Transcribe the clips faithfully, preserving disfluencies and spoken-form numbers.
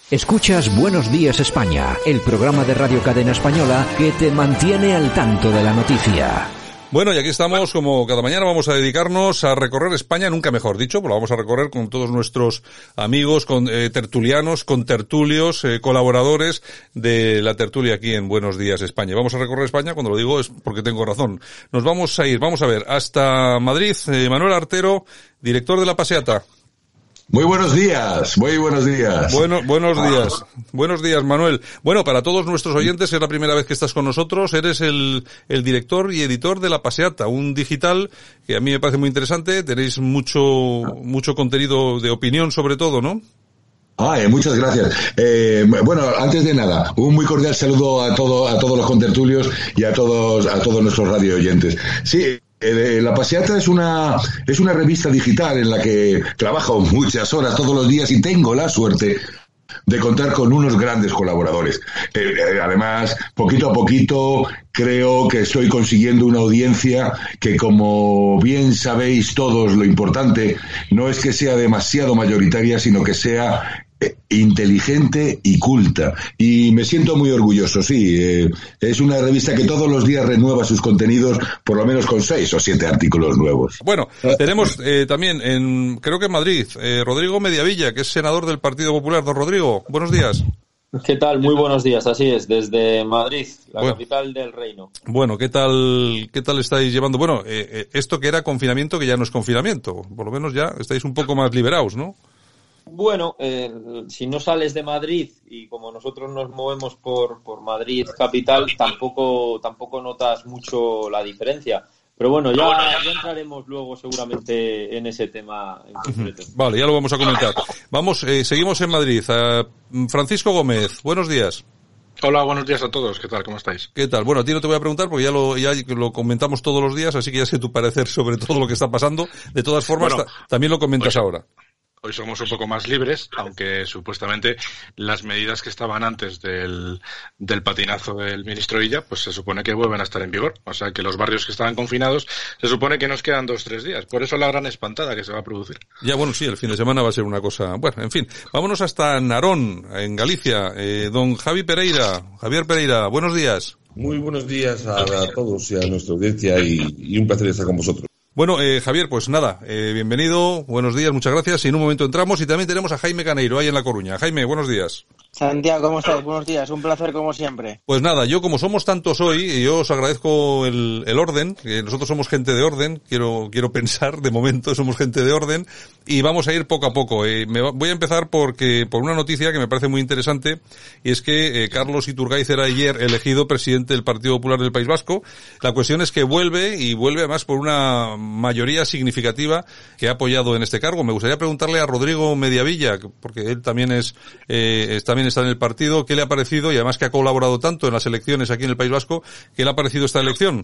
Escuchas Buenos Días España, el programa de Radio Cadena Española que te mantiene al tanto de la noticia. Bueno, y aquí estamos, como cada mañana vamos a dedicarnos a recorrer España, nunca mejor dicho, pues lo vamos a recorrer con todos nuestros amigos, con eh, tertulianos, con tertulios, eh, colaboradores de la tertulia aquí en Buenos Días España. Vamos a recorrer España, cuando lo digo es porque tengo razón. Nos vamos a ir, vamos a ver, hasta Madrid, eh, Manuel Artero, director de La Paseata. Muy buenos días, muy buenos días. Bueno, buenos días, buenos días, Manuel. Bueno, para todos nuestros oyentes, es la primera vez que estás con nosotros, eres el, el director y editor de La Paseata, un digital que a mí me parece muy interesante, tenéis mucho, mucho contenido de opinión sobre todo, ¿no? Ah, eh, muchas gracias. Eh, bueno, antes de nada, un muy cordial saludo a todo, a todos los contertulios y a todos, a todos nuestros radio oyentes. Sí. Eh, La Paseata es una es una revista digital en la que trabajo muchas horas todos los días y tengo la suerte de contar con unos grandes colaboradores. Eh, eh, además, poquito a poquito creo que estoy consiguiendo una audiencia que, como bien sabéis todos, lo importante no es que sea demasiado mayoritaria, sino que sea inteligente y culta, y me siento muy orgulloso. Sí, eh, es una revista que todos los días renueva sus contenidos, por lo menos con seis o siete artículos nuevos. Bueno, tenemos eh, también en, creo que en Madrid, eh, Rodrigo Mediavilla, que es senador del Partido Popular. Don Rodrigo, buenos días. ¿Qué tal? Muy buenos días, así es, desde Madrid, la bueno, capital del reino. Bueno, ¿qué tal, qué tal estáis llevando? Bueno, eh, eh, esto que era confinamiento, que ya no es confinamiento, por lo menos ya estáis un poco más liberados, ¿no? Bueno, eh, si no sales de Madrid y como nosotros nos movemos por, por Madrid capital, tampoco tampoco notas mucho la diferencia. Pero bueno, ya, ya entraremos luego seguramente en ese tema en concreto. Vale, ya lo vamos a comentar. Vamos, eh, seguimos en Madrid. Uh, Francisco Gómez, buenos días. Hola, buenos días a todos. ¿Qué tal? ¿Cómo estáis? ¿Qué tal? Bueno, a ti no te voy a preguntar porque ya lo ya lo comentamos todos los días, así que ya sé tu parecer sobre todo lo que está pasando. De todas formas, bueno, ta- también lo comentas pues, ahora. Hoy somos un poco más libres, aunque supuestamente las medidas que estaban antes del, del patinazo del ministro Illa, pues se supone que vuelven a estar en vigor. O sea que los barrios que estaban confinados, se supone que nos quedan dos, tres días. Por eso la gran espantada que se va a producir. Ya, bueno, sí, el fin de semana va a ser una cosa... Bueno, en fin, vámonos hasta Narón, en Galicia. Eh, don Javi Pereira, Javier Pereira, buenos días. Muy buenos días a, a todos y a nuestra audiencia y, y un placer estar con vosotros. Bueno, eh, Javier, pues nada, eh, bienvenido, buenos días, muchas gracias. Y en un momento entramos y también tenemos a Jaime Caneiro ahí en La Coruña. Jaime, buenos días. Santiago, ¿cómo estáis? Buenos días, un placer como siempre. Pues nada, yo como somos tantos hoy, yo os agradezco el, el orden, que nosotros somos gente de orden, quiero quiero pensar, de momento somos gente de orden, y vamos a ir poco a poco. Eh, me va, voy a empezar porque por una noticia que me parece muy interesante, y es que eh, Carlos Iturgaiz era ayer elegido presidente del Partido Popular del País Vasco. La cuestión es que vuelve, y vuelve además por una mayoría significativa que ha apoyado en este cargo. Me gustaría preguntarle a Rodrigo Mediavilla, porque él también es, eh, es también está en el partido, ¿qué le ha parecido? Y además que ha colaborado tanto en las elecciones aquí en el País Vasco, ¿qué le ha parecido esta elección?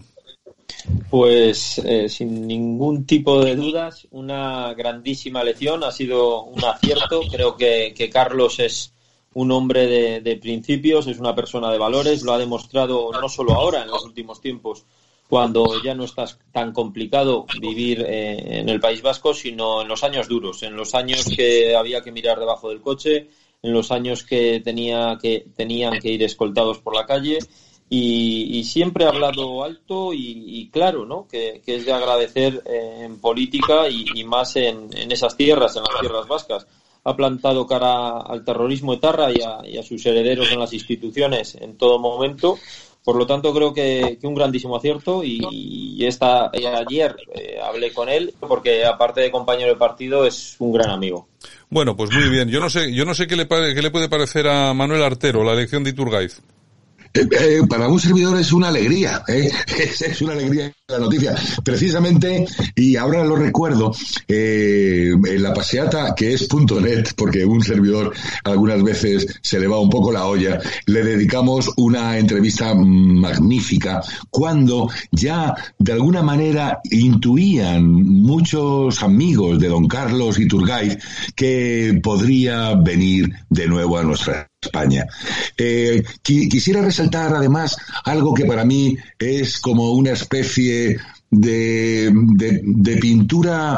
Pues eh, sin ningún tipo de dudas, una grandísima elección, ha sido un acierto. Creo que, que Carlos es un hombre de, de principios, es una persona de valores, lo ha demostrado no solo ahora, en los últimos tiempos, cuando ya no está tan complicado vivir eh, en el País Vasco, sino en los años duros, en los años que había que mirar debajo del coche, en los años que tenía que tenían que ir escoltados por la calle, y, y siempre ha hablado alto y, y claro, ¿no? Que, que es de agradecer eh, en política y, y más en, en esas tierras, en las tierras vascas. Ha plantado cara al terrorismo etarra y a, y a sus herederos en las instituciones en todo momento. Por lo tanto, creo que, que un grandísimo acierto y, y esta y ayer eh, hablé con él porque, aparte de compañero de partido, es un gran amigo. Bueno, pues muy bien. Yo no sé, yo no sé qué le, qué le puede parecer a Manuel Artero la elección de Iturgaiz. Eh, eh, para un servidor es una alegría, ¿eh? es, es una alegría la noticia. Precisamente, y ahora lo recuerdo, eh, en La Paseata, que es punto net, porque un servidor algunas veces se le va un poco la olla, le dedicamos una entrevista magnífica cuando ya de alguna manera intuían muchos amigos de don Carlos Iturgaiz que podría venir de nuevo a nuestra España. Eh, qu- quisiera resaltar además algo que para mí es como una especie de, de, de pintura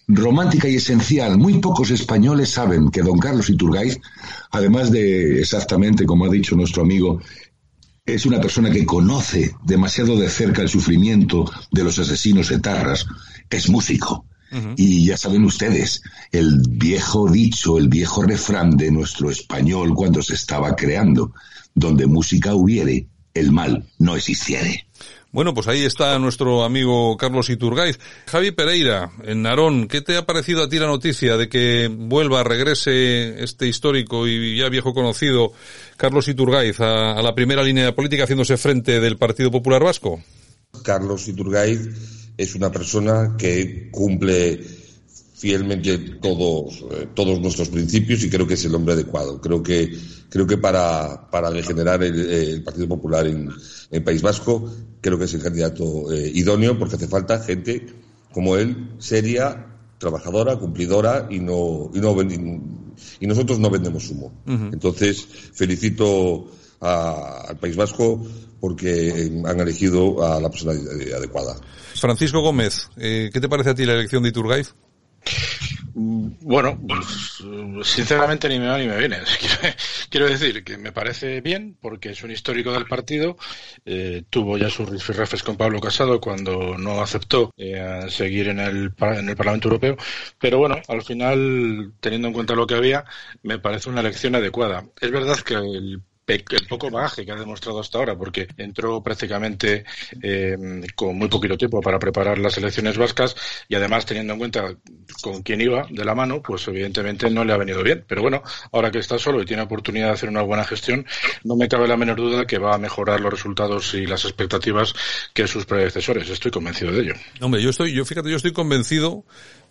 romántica y esencial. Muy pocos españoles saben que don Carlos Iturgaiz, además de exactamente como ha dicho nuestro amigo, es una persona que conoce demasiado de cerca el sufrimiento de los asesinos etarras, es músico. Uh-huh. Y ya saben ustedes, el viejo dicho, el viejo refrán de nuestro español cuando se estaba creando, donde música hubiere, el mal no existiere. Bueno, pues ahí está nuestro amigo Carlos Iturgaiz. Javi Pereira, en Narón, ¿qué te ha parecido a ti la noticia de que vuelva, regrese este histórico y ya viejo conocido Carlos Iturgaiz a, a la primera línea de política haciéndose frente del Partido Popular Vasco? Carlos Iturgaiz es una persona que cumple fielmente todos eh, todos nuestros principios y creo que es el hombre adecuado. Creo que creo que para para regenerar el, el Partido Popular en el País Vasco, creo que es el candidato eh, idóneo, porque hace falta gente como él, seria, trabajadora, cumplidora y no y no y nosotros no vendemos humo. Uh-huh. Entonces felicito a, al País Vasco porque han elegido a la persona adecuada. Francisco Gómez, eh, ¿qué te parece a ti la elección de Iturgaiz? Bueno, pues sinceramente ni me va ni me viene. Quiero, quiero decir que me parece bien porque es un histórico del partido. Eh, tuvo ya sus rifirrafes con Pablo Casado cuando no aceptó eh, seguir en el, en el Parlamento Europeo. Pero bueno, al final, teniendo en cuenta lo que había, me parece una elección adecuada. Es verdad que el el poco bagaje que ha demostrado hasta ahora, porque entró prácticamente eh, con muy poquito tiempo para preparar las elecciones vascas y además teniendo en cuenta con quién iba de la mano, pues evidentemente no le ha venido bien. Pero bueno, ahora que está solo y tiene oportunidad de hacer una buena gestión, no me cabe la menor duda que va a mejorar los resultados y las expectativas que sus predecesores. Estoy convencido de ello. Hombre, yo estoy, yo fíjate, yo estoy convencido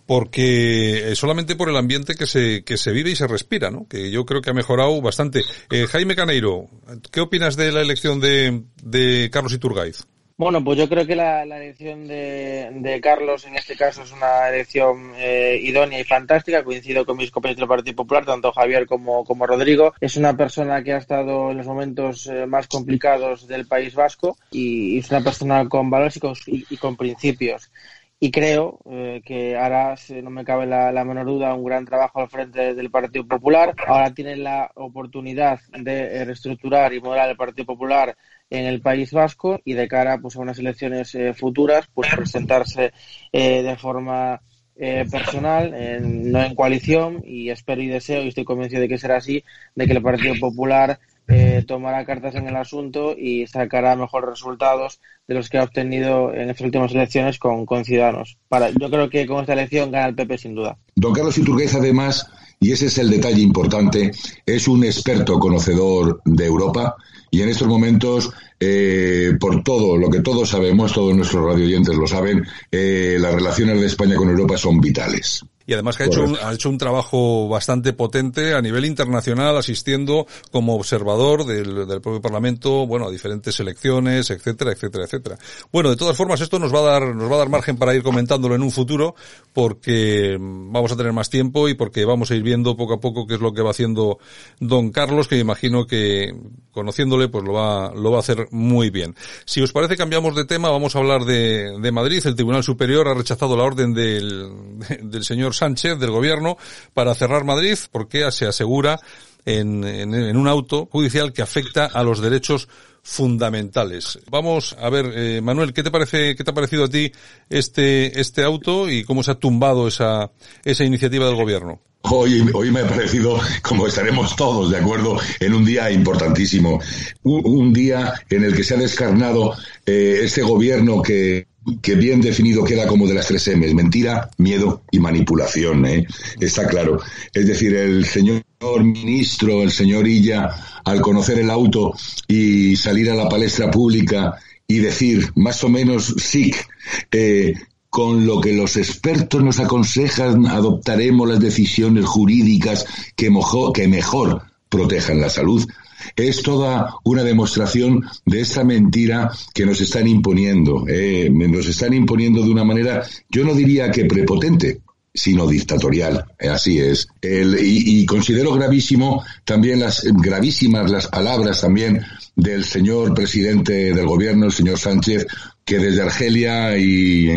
porque solamente por el ambiente que se que se vive y se respira, ¿no? Que yo creo que ha mejorado bastante. Eh, Jaime Caneiro, ¿qué opinas de la elección de, de Carlos Iturgaiz? Bueno, pues yo creo que la, la elección de, de Carlos en este caso es una elección eh, idónea y fantástica. Coincido con mis compañeros del Partido Popular, tanto Javier como, como Rodrigo. Es una persona que ha estado en los momentos eh, más complicados del País Vasco y, y es una persona con valores y con, y, y con principios. Y creo eh, que hará, no me cabe la, la menor duda, un gran trabajo al frente del Partido Popular. Ahora tiene la oportunidad de reestructurar y modelar el Partido Popular en el País Vasco y de cara pues a unas elecciones eh, futuras, pues presentarse eh, de forma eh, personal, en, no en coalición, y espero y deseo, y estoy convencido de que será así, de que el Partido Popular Eh, tomará cartas en el asunto y sacará mejores resultados de los que ha obtenido en estas últimas elecciones con, con Ciudadanos. Para, yo creo que con esta elección gana el P P sin duda. Don Carlos Iturgaiz, además, y ese es el detalle importante, es un experto conocedor de Europa y en estos momentos, eh, por todo lo que todos sabemos, todos nuestros radioyentes lo saben, eh, las relaciones de España con Europa son vitales. Y además que ha hecho, un, ha hecho un trabajo bastante potente a nivel internacional, asistiendo como observador del, del propio Parlamento, bueno, a diferentes elecciones, etcétera, etcétera, etcétera. Bueno, de todas formas, esto nos va a dar, nos va a dar margen para ir comentándolo en un futuro, porque vamos a tener más tiempo y porque vamos a ir viendo poco a poco qué es lo que va haciendo don Carlos, que me imagino que, conociéndole, pues lo va, lo va a hacer muy bien. Si os parece, cambiamos de tema, vamos a hablar de, de Madrid. El Tribunal Superior ha rechazado la orden del, del señor Sánchez, del gobierno, para cerrar Madrid, porque se asegura en, en, en un auto judicial que afecta a los derechos fundamentales. Vamos a ver, eh, Manuel, ¿qué te parece, qué te ha parecido a ti este, este auto y cómo se ha tumbado esa, esa iniciativa del gobierno? Hoy, hoy me ha parecido, como estaremos todos de acuerdo, en un día importantísimo. Un, un día en el que se ha descarnado eh, este gobierno que que bien definido queda como de las tres M's: mentira, miedo y manipulación, ¿eh? Está claro. Es decir, el señor ministro, el señor Illa, al conocer el auto y salir a la palestra pública y decir, más o menos, sí, eh, con lo que los expertos nos aconsejan, adoptaremos las decisiones jurídicas que, mojo, que mejor protejan la salud. Es toda una demostración de esta mentira que nos están imponiendo. Eh, nos están imponiendo de una manera, yo no diría que prepotente, sino dictatorial. Eh, así es. El, y, y considero gravísimo también las gravísimas las palabras también del señor presidente del gobierno, el señor Sánchez, que desde Argelia y en,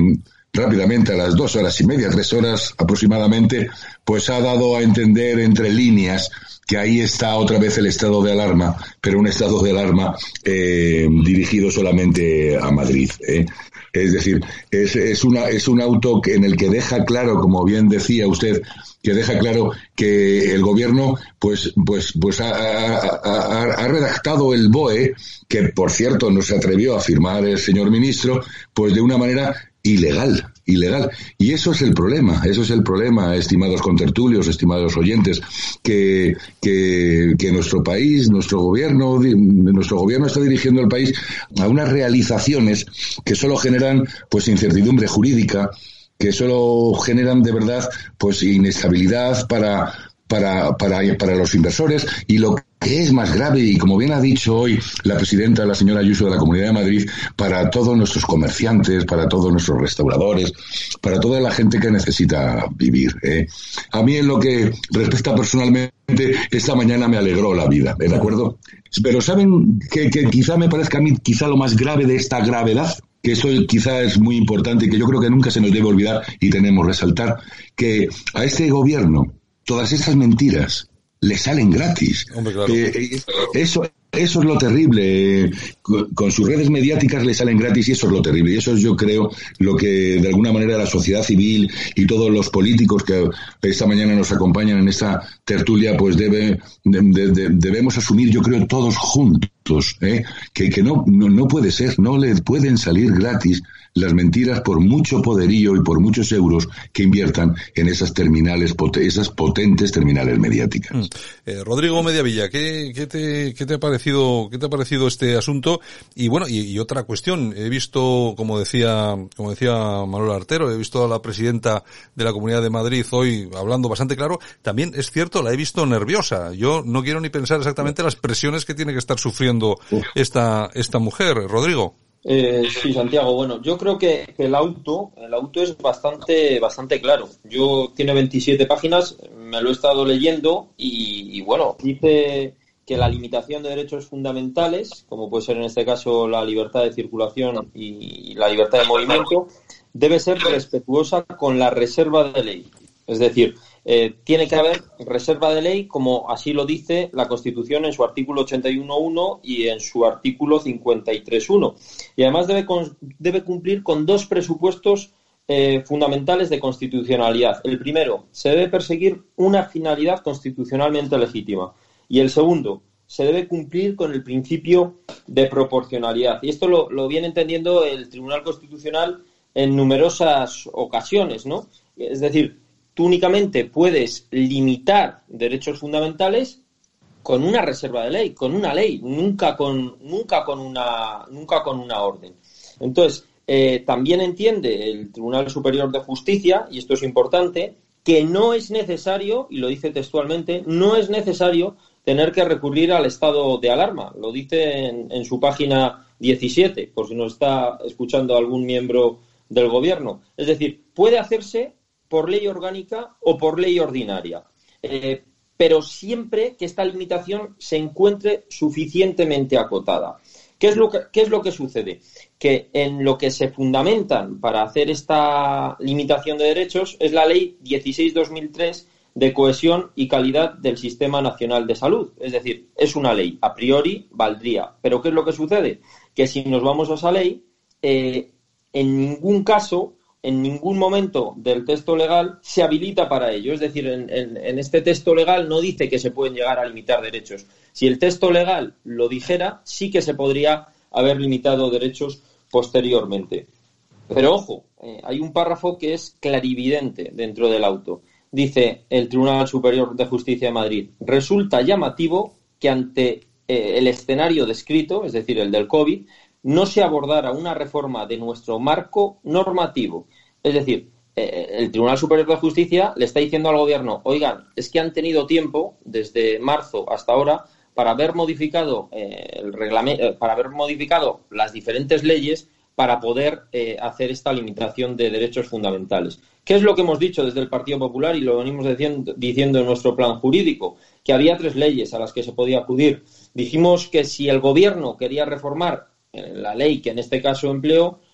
rápidamente a las dos horas y media, tres horas aproximadamente, pues ha dado a entender entre líneas que ahí está otra vez el estado de alarma, pero un estado de alarma eh, dirigido solamente a Madrid, ¿eh? Es decir, es, es, una, es un auto en el que deja claro, como bien decía usted, que deja claro que el gobierno pues pues pues ha, ha, ha, ha redactado el B O E, que por cierto no se atrevió a firmar el señor ministro, pues de una manera ilegal, ilegal. Y eso es el problema, eso es el problema, estimados contertulios, estimados oyentes, que, que, que nuestro país, nuestro gobierno, nuestro gobierno está dirigiendo el país a unas realizaciones que solo generan pues incertidumbre jurídica, que solo generan de verdad pues inestabilidad para para para para los inversores, y lo que es más grave, y como bien ha dicho hoy la presidenta, la señora Ayuso de la Comunidad de Madrid, para todos nuestros comerciantes, para todos nuestros restauradores, para toda la gente que necesita vivir, ¿eh? A mí en lo que respecta personalmente, esta mañana me alegró la vida, ¿de acuerdo? Pero ¿saben que, que quizá me parezca a mí quizá lo más grave de esta gravedad? Que esto quizá es muy importante y que yo creo que nunca se nos debe olvidar y tenemos que resaltar, que a este gobierno todas estas mentiras le salen gratis. Hombre, claro. eh, eso eso es lo terrible, eh, con, con sus redes mediáticas le salen gratis, y eso es lo terrible, y eso es, yo creo, lo que de alguna manera la sociedad civil y todos los políticos que esta mañana nos acompañan en esta tertulia pues debe de, de, debemos asumir, yo creo, todos juntos, ¿eh? que, que no, no no puede ser, no le pueden salir gratis las mentiras, por mucho poderío y por muchos euros que inviertan en esas terminales, esas potentes terminales mediáticas. Mm. Eh, Rodrigo Mediavilla, ¿qué, qué te, qué te ha parecido, qué te ha parecido este asunto? Y bueno, y, y otra cuestión, he visto, como decía, como decía Manuel Artero, he visto a la presidenta de la Comunidad de Madrid hoy hablando bastante claro. También es cierto, la he visto nerviosa. Yo no quiero ni pensar exactamente las presiones que tiene que estar sufriendo esta, esta mujer. Rodrigo. Eh, sí, Santiago. Bueno, yo creo que, que el auto, el auto es bastante, bastante claro. Yo tiene veintisiete páginas, me lo he estado leyendo y, y bueno, dice que la limitación de derechos fundamentales, como puede ser en este caso la libertad de circulación y la libertad de movimiento, debe ser respetuosa con la reserva de ley. Es decir, eh, tiene que haber reserva de ley, como así lo dice la Constitución en su artículo ochenta y uno punto uno y en su artículo cincuenta y tres punto uno. Y además debe, con, debe cumplir con dos presupuestos eh, fundamentales de constitucionalidad. El primero, se debe perseguir una finalidad constitucionalmente legítima. Y el segundo, se debe cumplir con el principio de proporcionalidad. Y esto lo, lo viene entendiendo el Tribunal Constitucional en numerosas ocasiones, ¿no? Es decir, tú únicamente puedes limitar derechos fundamentales con una reserva de ley, con una ley, nunca con nunca con una nunca con una orden. Entonces, eh, también entiende el Tribunal Superior de Justicia, y esto es importante, que no es necesario, y lo dice textualmente, no es necesario tener que recurrir al estado de alarma. Lo dice en, en su página diecisiete, por si nos está escuchando algún miembro del Gobierno. Es decir, puede hacerse por ley orgánica o por ley ordinaria, eh, pero siempre que esta limitación se encuentre suficientemente acotada. ¿Qué es lo que, qué es lo que sucede? Que en lo que se fundamentan para hacer esta limitación de derechos es la Ley dieciséis barra dos mil tres de cohesión y calidad del Sistema Nacional de Salud. Es decir, es una ley, a priori valdría. Pero ¿qué es lo que sucede? Que si nos vamos a esa ley, eh, en ningún caso, en ningún momento del texto legal se habilita para ello. Es decir, en, en, en este texto legal no dice que se pueden llegar a limitar derechos. Si el texto legal lo dijera, sí que se podría haber limitado derechos posteriormente. Pero ojo, eh, hay un párrafo que es clarividente dentro del auto. Dice el Tribunal Superior de Justicia de Madrid: resulta llamativo que ante eh, el escenario descrito, es decir, el del COVID, no se abordara una reforma de nuestro marco normativo. Es decir, eh, el Tribunal Superior de Justicia le está diciendo al Gobierno: oigan, es que han tenido tiempo, desde marzo hasta ahora, para haber modificado eh, el reglamento, eh, para haber modificado las diferentes leyes para poder eh, hacer esta limitación de derechos fundamentales. ¿Qué es lo que hemos dicho desde el Partido Popular y lo venimos diciendo, diciendo en nuestro plan jurídico? Que había tres leyes a las que se podía acudir. Dijimos que si el Gobierno quería reformar la ley que en este caso empleó,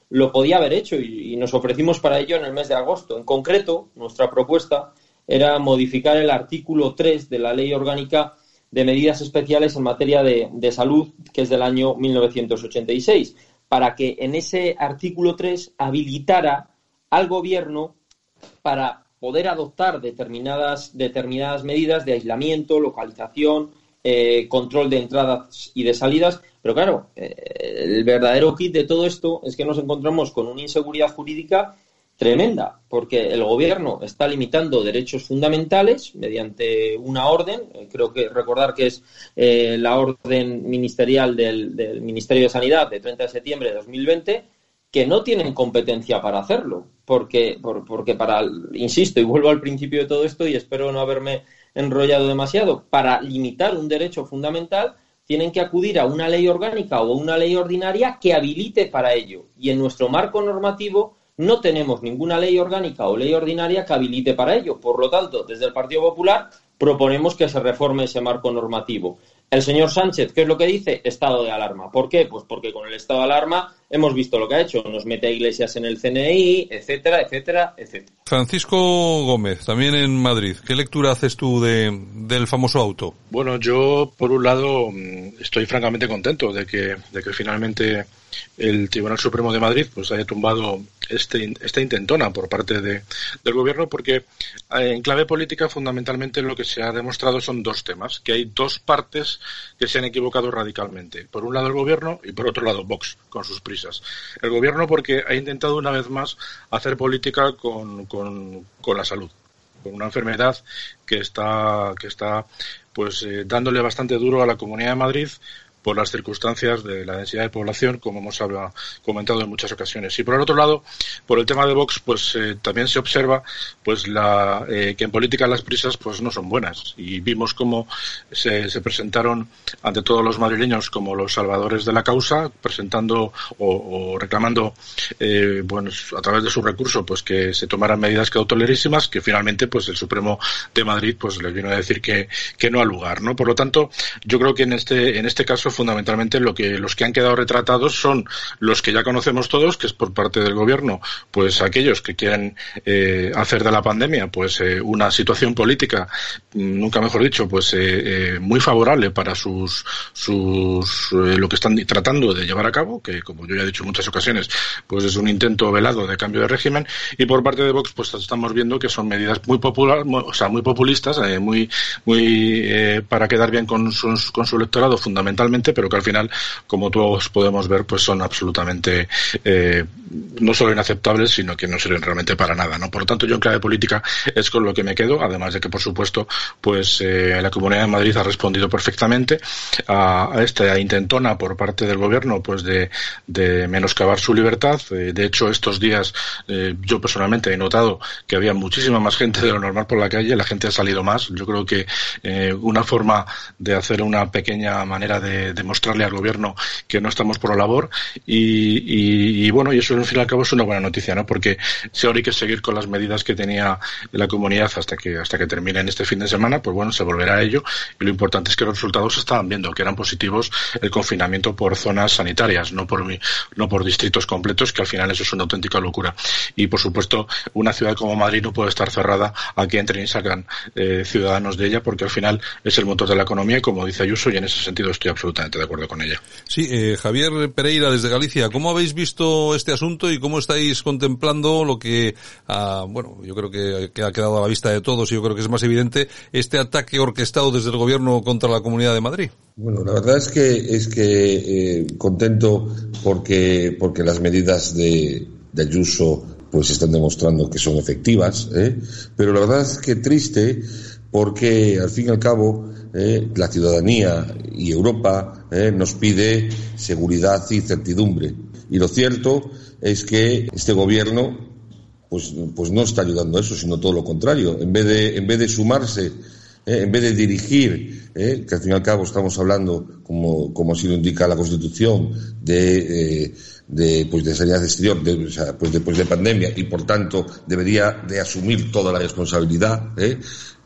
lo podía haber hecho y, y nos ofrecimos para ello en el mes de agosto. En concreto, nuestra propuesta era modificar el artículo tres de la Ley Orgánica de Medidas Especiales en materia de, de salud, que es del año mil novecientos ochenta y seis, para que en ese artículo tres habilitara al Gobierno para poder adoptar determinadas, determinadas medidas de aislamiento, localización, eh, control de entradas y de salidas. Pero claro, eh, el verdadero kit de todo esto es que nos encontramos con una inseguridad jurídica tremenda, porque el Gobierno está limitando derechos fundamentales mediante una orden, eh, creo que recordar que es eh, la orden ministerial del, del Ministerio de Sanidad de treinta de septiembre de dos mil veinte, que no tienen competencia para hacerlo, porque, por, porque para, insisto, y vuelvo al principio de todo esto y espero no haberme enrollado demasiado, para limitar un derecho fundamental tienen que acudir a una ley orgánica o una ley ordinaria que habilite para ello, y en nuestro marco normativo no tenemos ninguna ley orgánica o ley ordinaria que habilite para ello. Por lo tanto, desde el Partido Popular proponemos que se reforme ese marco normativo. El señor Sánchez, ¿qué es lo que dice? Estado de alarma. ¿Por qué? Pues porque con el estado de alarma hemos visto lo que ha hecho. Nos mete a Iglesias en el C N I, etcétera, etcétera, etcétera. Francisco Gómez, también en Madrid. ¿Qué lectura haces tú de, del famoso auto? Bueno, yo, por un lado, estoy francamente contento de que, de que finalmente el Tribunal Supremo de Madrid pues haya tumbado este, esta intentona por parte de, del Gobierno, porque en clave política fundamentalmente lo que se ha demostrado son dos temas, que hay dos partes que se han equivocado radicalmente. Por un lado el Gobierno y por otro lado Vox, con sus prisas. El Gobierno porque ha intentado una vez más hacer política con, con, con la salud, con una enfermedad que está, que está pues eh, dándole bastante duro a la Comunidad de Madrid por las circunstancias de la densidad de población, como hemos hablado, comentado en muchas ocasiones. Y por el otro lado, por el tema de Vox, pues eh, también se observa pues la eh, que en política las prisas pues no son buenas. Y vimos cómo se, se presentaron ante todos los madrileños como los salvadores de la causa, presentando o, o reclamando eh, bueno, a través de su recurso pues que se tomaran medidas cautelerísimas, que finalmente pues el Supremo de Madrid pues les vino a decir que, que no ha lugar, ¿no? Por lo tanto, yo creo que en este, en este caso fundamentalmente lo que los que han quedado retratados son los que ya conocemos todos, que es por parte del Gobierno, pues aquellos que quieren eh, hacer de la pandemia pues eh, una situación política, nunca mejor dicho, pues eh, eh, muy favorable para sus sus eh, lo que están tratando de llevar a cabo, que como yo ya he dicho en muchas ocasiones, pues es un intento velado de cambio de régimen, y por parte de Vox pues estamos viendo que son medidas muy popular, muy, o sea, muy populistas, eh, muy muy eh, para quedar bien con sus, con su electorado fundamentalmente, pero que al final, como todos podemos ver, pues son absolutamente eh, no solo inaceptables, sino que no sirven realmente para nada, ¿no? Por lo tanto, yo en clave política es con lo que me quedo, además de que, por supuesto, pues eh, la Comunidad de Madrid ha respondido perfectamente a, a esta intentona por parte del Gobierno, pues de, de menoscabar su libertad. Eh, de hecho, estos días eh, yo personalmente he notado que había muchísima más gente de lo normal por la calle, la gente ha salido más. Yo creo que eh, una forma de hacer una pequeña manera de demostrarle al Gobierno que no estamos por la labor y, y, y bueno, y eso al fin y al cabo es una buena noticia, ¿no? Porque si ahora hay que seguir con las medidas que tenía la comunidad hasta que hasta que termine en este fin de semana, pues bueno, se volverá a ello, y lo importante es que los resultados se estaban viendo, que eran positivos el confinamiento por zonas sanitarias, no por no por distritos completos, que al final eso es una auténtica locura. Y por supuesto, una ciudad como Madrid no puede estar cerrada a que entren y salgan eh, ciudadanos de ella, porque al final es el motor de la economía, como dice Ayuso, y en ese sentido estoy absolutamente de acuerdo con ella. Sí, eh, Javier Pereira desde Galicia, ¿cómo habéis visto este asunto y cómo estáis contemplando lo que, ah, bueno, yo creo que, que ha quedado a la vista de todos y yo creo que es más evidente, este ataque orquestado desde el Gobierno contra la Comunidad de Madrid? Bueno, la verdad es que es que eh, contento porque porque las medidas de, de Ayuso pues están demostrando que son efectivas, ¿eh? Pero la verdad es que triste porque al fin y al cabo eh, la ciudadanía y Europa eh, nos pide seguridad y certidumbre, y lo cierto es que este Gobierno pues pues no está ayudando a eso, sino todo lo contrario. En vez de en vez de sumarse, eh, en vez de dirigir, eh, que al fin y al cabo estamos hablando, como como así lo indica la Constitución, de eh, de pues de sanidad exterior, de, o sea, pues después de pandemia, y por tanto debería de asumir toda la responsabilidad, eh,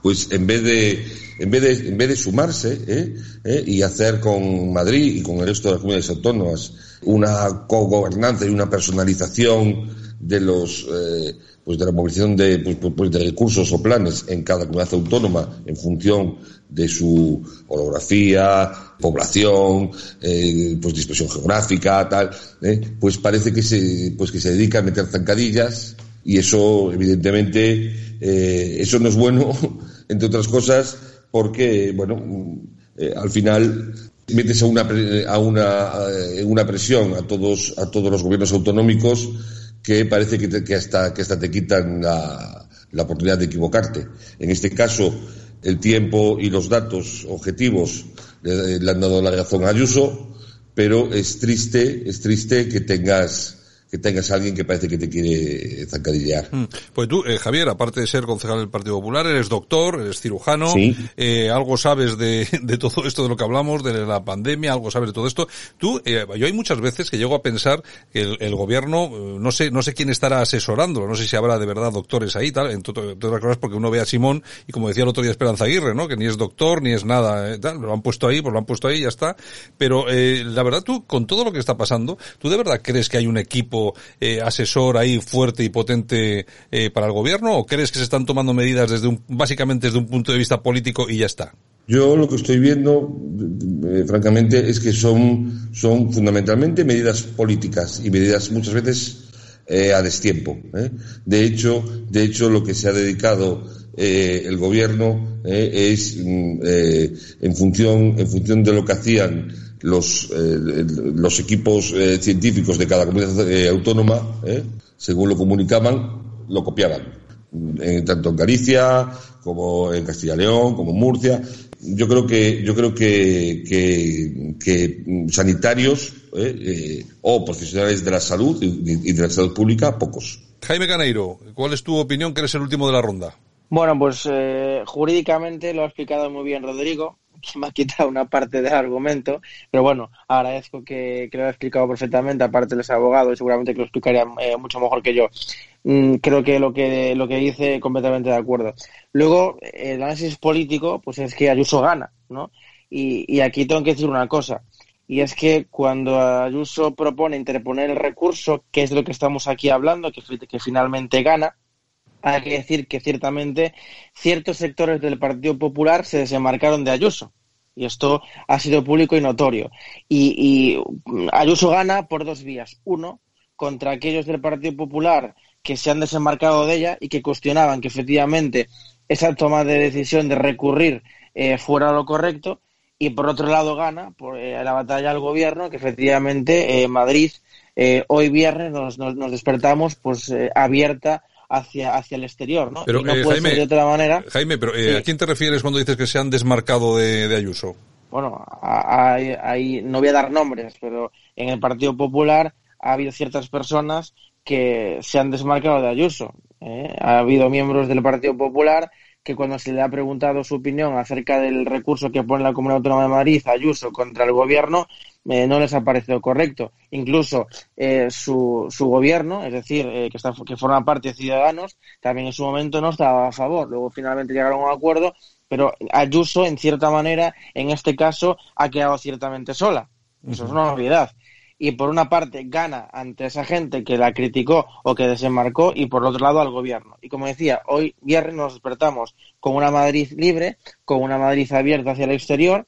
pues en vez de en vez de en vez de sumarse ¿eh? ¿Eh? y hacer con Madrid y con el resto de las comunidades autónomas una cogobernanza y una personalización de los eh, pues de la movilización de pues, pues de recursos o planes en cada comunidad autónoma en función de su orografía, población, eh, pues dispersión geográfica, tal, ¿eh? pues parece que se pues que se dedica a meter zancadillas, y eso evidentemente eh, eso no es bueno, entre otras cosas, porque bueno eh, al final metes a una a una a una presión a todos a todos los gobiernos autonómicos que parece que, te, que hasta que hasta te quitan la, la oportunidad de equivocarte. En este caso, el tiempo y los datos objetivos le, le han dado la razón a Ayuso, pero es triste, es triste que tengas que tengas a alguien que parece que te quiere zancadillear. Pues tú, eh, Javier, aparte de ser concejal del Partido Popular, eres doctor, eres cirujano, sí. eh, algo sabes de, de todo esto de lo que hablamos, de la pandemia, algo sabes de todo esto. Tú, eh, yo hay muchas veces que llego a pensar que el, el gobierno, eh, no sé, no sé quién estará asesorándolo, no sé si habrá de verdad doctores ahí, tal, en todas las cosas, porque uno ve a Simón, y como decía el otro día Esperanza Aguirre, ¿no? Que ni es doctor, ni es nada, eh, tal, lo han puesto ahí, pues lo han puesto ahí y ya está. Pero, eh, la verdad, tú, con todo lo que está pasando, ¿tú de verdad crees que hay un equipo Eh, asesor ahí fuerte y potente eh, para el gobierno, o crees que se están tomando medidas desde un, básicamente desde un punto de vista político y ya está? Yo lo que estoy viendo, eh, francamente, es que son, son fundamentalmente medidas políticas y medidas muchas veces eh, a destiempo. ¿eh? De hecho, de hecho, lo que se ha dedicado eh, el gobierno eh, es eh, en función, en función de lo que hacían los eh, los equipos eh, científicos de cada comunidad eh, autónoma, eh, según lo comunicaban, lo copiaban, eh, tanto en Galicia como en Castilla y León, como en Murcia. Yo creo que yo creo que que, que sanitarios eh, eh, o profesionales de la salud y, y de la salud pública, pocos. Jaime Caneiro, ¿cuál es tu opinión, que eres el último de la ronda? Bueno, pues eh, jurídicamente lo ha explicado muy bien Rodrigo, que me ha quitado una parte del argumento, pero bueno, agradezco que, que lo haya explicado perfectamente, aparte de los abogados, seguramente que lo explicaría eh, mucho mejor que yo. Mm, creo que lo que lo que dice, completamente de acuerdo. Luego, el análisis político, pues es que Ayuso gana, ¿no? Y, y aquí tengo que decir una cosa, y es que cuando Ayuso propone interponer el recurso, que es de lo que estamos aquí hablando, que, que finalmente gana, hay que decir que ciertamente ciertos sectores del Partido Popular se desenmarcaron de Ayuso. Y esto ha sido público y notorio. Y, y Ayuso gana por dos vías. Uno, contra aquellos del Partido Popular que se han desenmarcado de ella y que cuestionaban que efectivamente esa toma de decisión de recurrir eh, fuera lo correcto. Y por otro lado gana por eh, la batalla al gobierno, que efectivamente eh, Madrid eh, hoy viernes nos, nos, nos despertamos pues eh, abierta hacia hacia el exterior, ¿no? Pero, y no eh, puede Jaime, ser de otra manera. Jaime, pero eh, sí. ¿a quién te refieres cuando dices que se han desmarcado de, de Ayuso? Bueno, hay, hay, no voy a dar nombres, pero en el Partido Popular ha habido ciertas personas que se han desmarcado de Ayuso. ¿eh? Ha habido miembros del Partido Popular que cuando se le ha preguntado su opinión acerca del recurso que pone la Comunidad Autónoma de Madrid, Ayuso, contra el gobierno, eh, no les ha parecido correcto. Incluso eh, su, su gobierno, es decir, eh, que, está, que forma parte de Ciudadanos, también en su momento no estaba a favor. Luego finalmente llegaron a un acuerdo, pero Ayuso, en cierta manera, en este caso, ha quedado ciertamente sola. Eso es una novedad. Y por una parte gana ante esa gente que la criticó o que desenmarcó, y por otro lado al gobierno. Y como decía, hoy viernes nos despertamos con una Madrid libre, con una Madrid abierta hacia el exterior,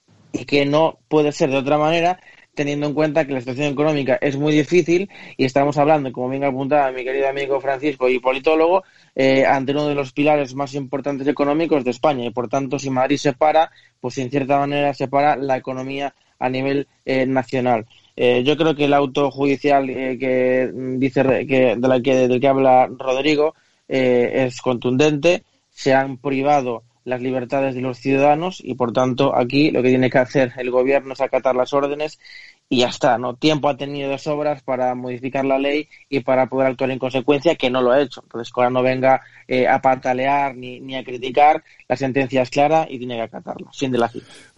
y que no puede ser de otra manera, teniendo en cuenta que la situación económica es muy difícil y estamos hablando, como bien apuntaba mi querido amigo Francisco y politólogo, eh, ante uno de los pilares más importantes económicos de España. Y por tanto, si Madrid se para, pues en cierta manera se para la economía a nivel eh, nacional. Eh, yo creo que el auto judicial eh, que dice que de la que del que habla Rodrigo eh, es contundente. Se han privado las libertades de los ciudadanos y por tanto aquí lo que tiene que hacer el gobierno es acatar las órdenes y ya está, ¿no? Tiempo ha tenido de sobras para modificar la ley y para poder actuar en consecuencia, que no lo ha hecho. Entonces, que ahora no venga eh, a patalear ni, ni a criticar, la sentencia es clara y tiene que acatarla, sin dilación.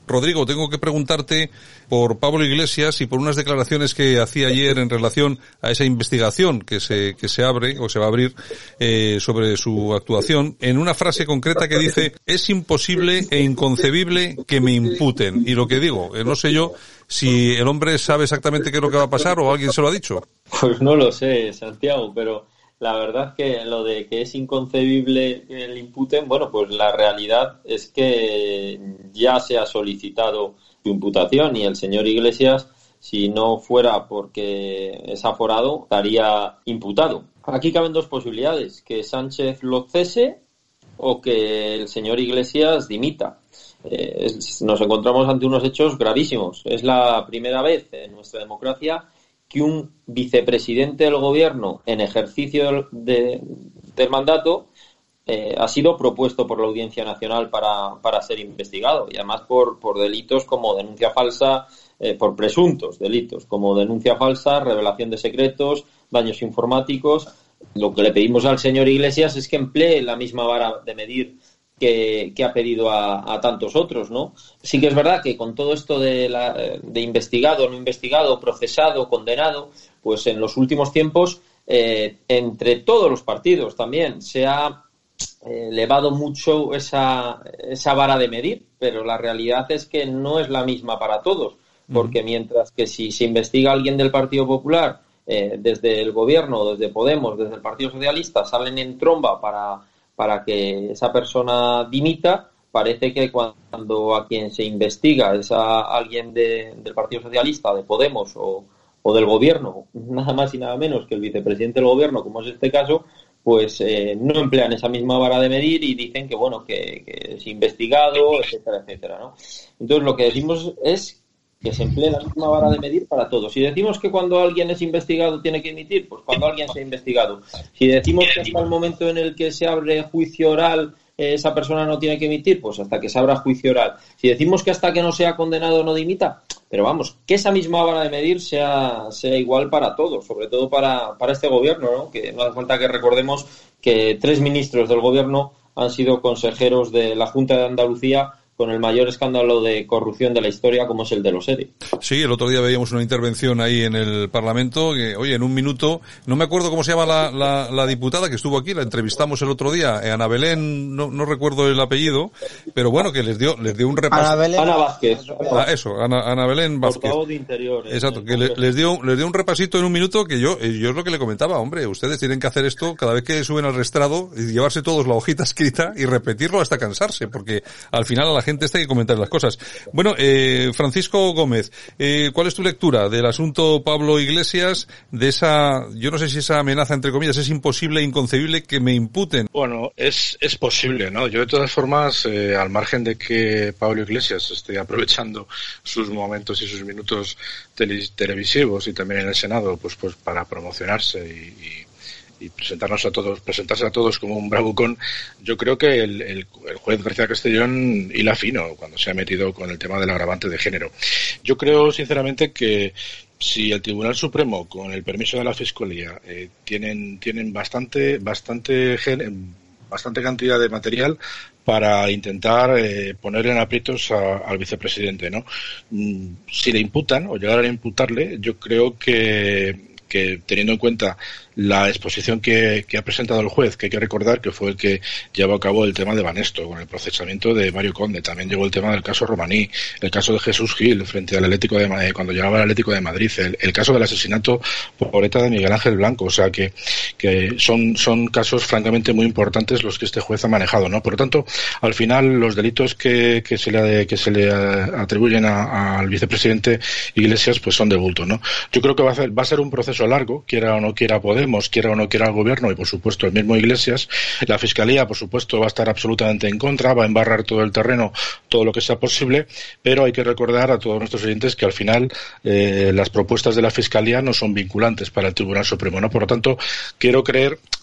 Rodrigo, tengo que preguntarte por Pablo Iglesias y por unas declaraciones que hacía ayer en relación a esa investigación que se que se abre o se va a abrir eh, sobre su actuación, en una frase concreta que dice: es imposible e inconcebible que me imputen. Y lo que digo, eh, no sé yo si el hombre sabe exactamente qué es lo que va a pasar o alguien se lo ha dicho. Pues no lo sé, Santiago, pero la verdad que lo de que es inconcebible que le imputen, bueno, pues la realidad es que ya se ha solicitado su imputación y el señor Iglesias, si no fuera porque es aforado, estaría imputado. Aquí caben dos posibilidades: que Sánchez lo cese o que el señor Iglesias dimita. Eh, es, nos encontramos ante unos hechos gravísimos. Es la primera vez en nuestra democracia que un vicepresidente del gobierno en ejercicio de, del mandato eh, ha sido propuesto por la Audiencia Nacional para, para ser investigado, y además por, por delitos como denuncia falsa, eh, por presuntos delitos como denuncia falsa, revelación de secretos, daños informáticos. Lo que le pedimos al señor Iglesias es que emplee la misma vara de medir que, que ha pedido a, a tantos otros, ¿no? Sí que es verdad que con todo esto de, la, de investigado, no investigado, procesado, condenado, pues en los últimos tiempos, eh, entre todos los partidos también se ha eh, elevado mucho esa, esa vara de medir, pero la realidad es que no es la misma para todos, porque mientras que si se investiga a alguien del Partido Popular, eh, desde el gobierno, desde Podemos, desde el Partido Socialista, salen en tromba para para que esa persona dimita, parece que cuando a quien se investiga es a alguien de, del Partido Socialista, de Podemos o, o del Gobierno, nada más y nada menos que el vicepresidente del Gobierno, como es este caso, pues eh, no emplean esa misma vara de medir y dicen que, bueno, que, que es investigado, etcétera, etcétera, ¿no? Entonces, lo que decimos es que se emplee la misma vara de medir para todos. Si decimos que cuando alguien es investigado tiene que emitir, pues cuando alguien sea investigado. Si decimos que hasta el momento en el que se abre juicio oral eh, esa persona no tiene que emitir, pues hasta que se abra juicio oral. Si decimos que hasta que no sea condenado no dimita, pero vamos, que esa misma vara de medir sea, sea igual para todos, sobre todo para, para este gobierno, ¿no? Que no hace falta que recordemos que tres ministros del gobierno han sido consejeros de la Junta de Andalucía con el mayor escándalo de corrupción de la historia, como es el de los E D I. Sí, el otro día veíamos una intervención ahí en el Parlamento, que, oye, en un minuto, no me acuerdo cómo se llama la, la, la diputada que estuvo aquí, la entrevistamos el otro día, eh, Ana Belén, no, no recuerdo el apellido, pero bueno, que les dio, les dio un repaso. Ana Belén. Ana Vázquez. Ah, eso, Ana, Ana Belén Vázquez. Portavoz de Interior. Exacto, que le, les dio, les dio un repasito en un minuto que yo, yo es lo que le comentaba, hombre, ustedes tienen que hacer esto cada vez que suben al restrado, y llevarse todos la hojita escrita y repetirlo hasta cansarse, porque al final a la gente está hay que comentar las cosas. Bueno, eh, Francisco Gómez, eh, ¿cuál es tu lectura del asunto Pablo Iglesias, de esa, yo no sé si esa amenaza entre comillas es imposible, inconcebible que me imputen? Bueno, es es posible, ¿no? Yo de todas formas, eh, al margen de que Pablo Iglesias esté aprovechando sus momentos y sus minutos tele- televisivos y también en el Senado, pues pues para promocionarse y, y y presentarnos a todos, presentarse a todos como un bravucón, yo creo que el, el, el juez García Castellón hila fino cuando se ha metido con el tema del agravante de género. Yo creo sinceramente que si el Tribunal Supremo, con el permiso de la Fiscalía, eh, tienen tienen bastante bastante gen, bastante cantidad de material para intentar eh, poner en aprietos a, al vicepresidente, ¿no? Mm, si le imputan o llegaran a imputarle, yo creo que que teniendo en cuenta la exposición que, que ha presentado el juez, que hay que recordar que fue el que llevó a cabo el tema de Banesto, con el procesamiento de Mario Conde, también llegó el tema del caso Romaní, el caso de Jesús Gil frente al Atlético de Madrid, cuando llegaba al Atlético de Madrid, el, el caso del asesinato por ETA de Miguel Ángel Blanco, o sea que, que son, son casos francamente muy importantes los que este juez ha manejado, ¿no? Por lo tanto, al final los delitos que, que se le, que se le atribuyen a, a, al vicepresidente Iglesias pues son de bulto, ¿no? Yo creo que va a ser, va a ser un proceso largo, quiera o no quiera Podemos, quiera o no quiera el gobierno y por supuesto el mismo Iglesias. La Fiscalía por supuesto va a estar absolutamente en contra, va a embarrar todo el terreno, todo lo que sea posible, pero hay que recordar a todos nuestros oyentes que al final eh, las propuestas de la Fiscalía no son vinculantes para el Tribunal Supremo, ¿no? Por lo tanto, quiero creer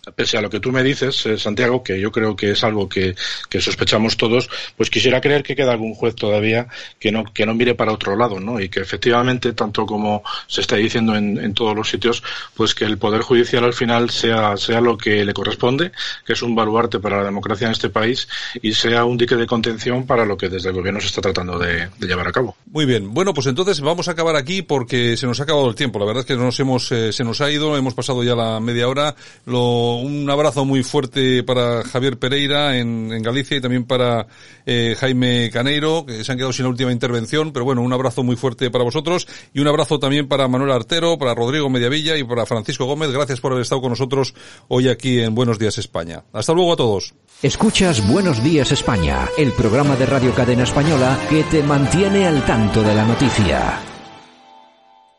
pese a lo que tú me dices, eh, Santiago, que yo creo que es algo que, que sospechamos todos, pues quisiera creer que queda algún juez todavía que no, que no mire para otro lado, ¿no? Y que efectivamente, tanto como se está diciendo en, en todos los sitios, pues que el Poder Judicial al final sea, sea lo que le corresponde, que es un baluarte para la democracia en este país, y sea un dique de contención para lo que desde el gobierno se está tratando de, de llevar a cabo. Muy bien. Bueno, pues entonces vamos a acabar aquí porque se nos ha acabado el tiempo. La verdad es que nos hemos, eh, se nos ha ido, hemos pasado ya la media hora. Lo, un abrazo muy fuerte para Javier Pereira en, en Galicia y también para eh, Jaime Caneiro, que se han quedado sin la última intervención, pero bueno, un abrazo muy fuerte para vosotros y un abrazo también para Manuel Artero, para Rodrigo Mediavilla y para Francisco Gómez. Gracias por haber estado con nosotros hoy aquí en Buenos Días España. Hasta luego a todos. Escuchas Buenos Días España, el programa de Radio Cadena Española que te mantiene al tanto de la noticia.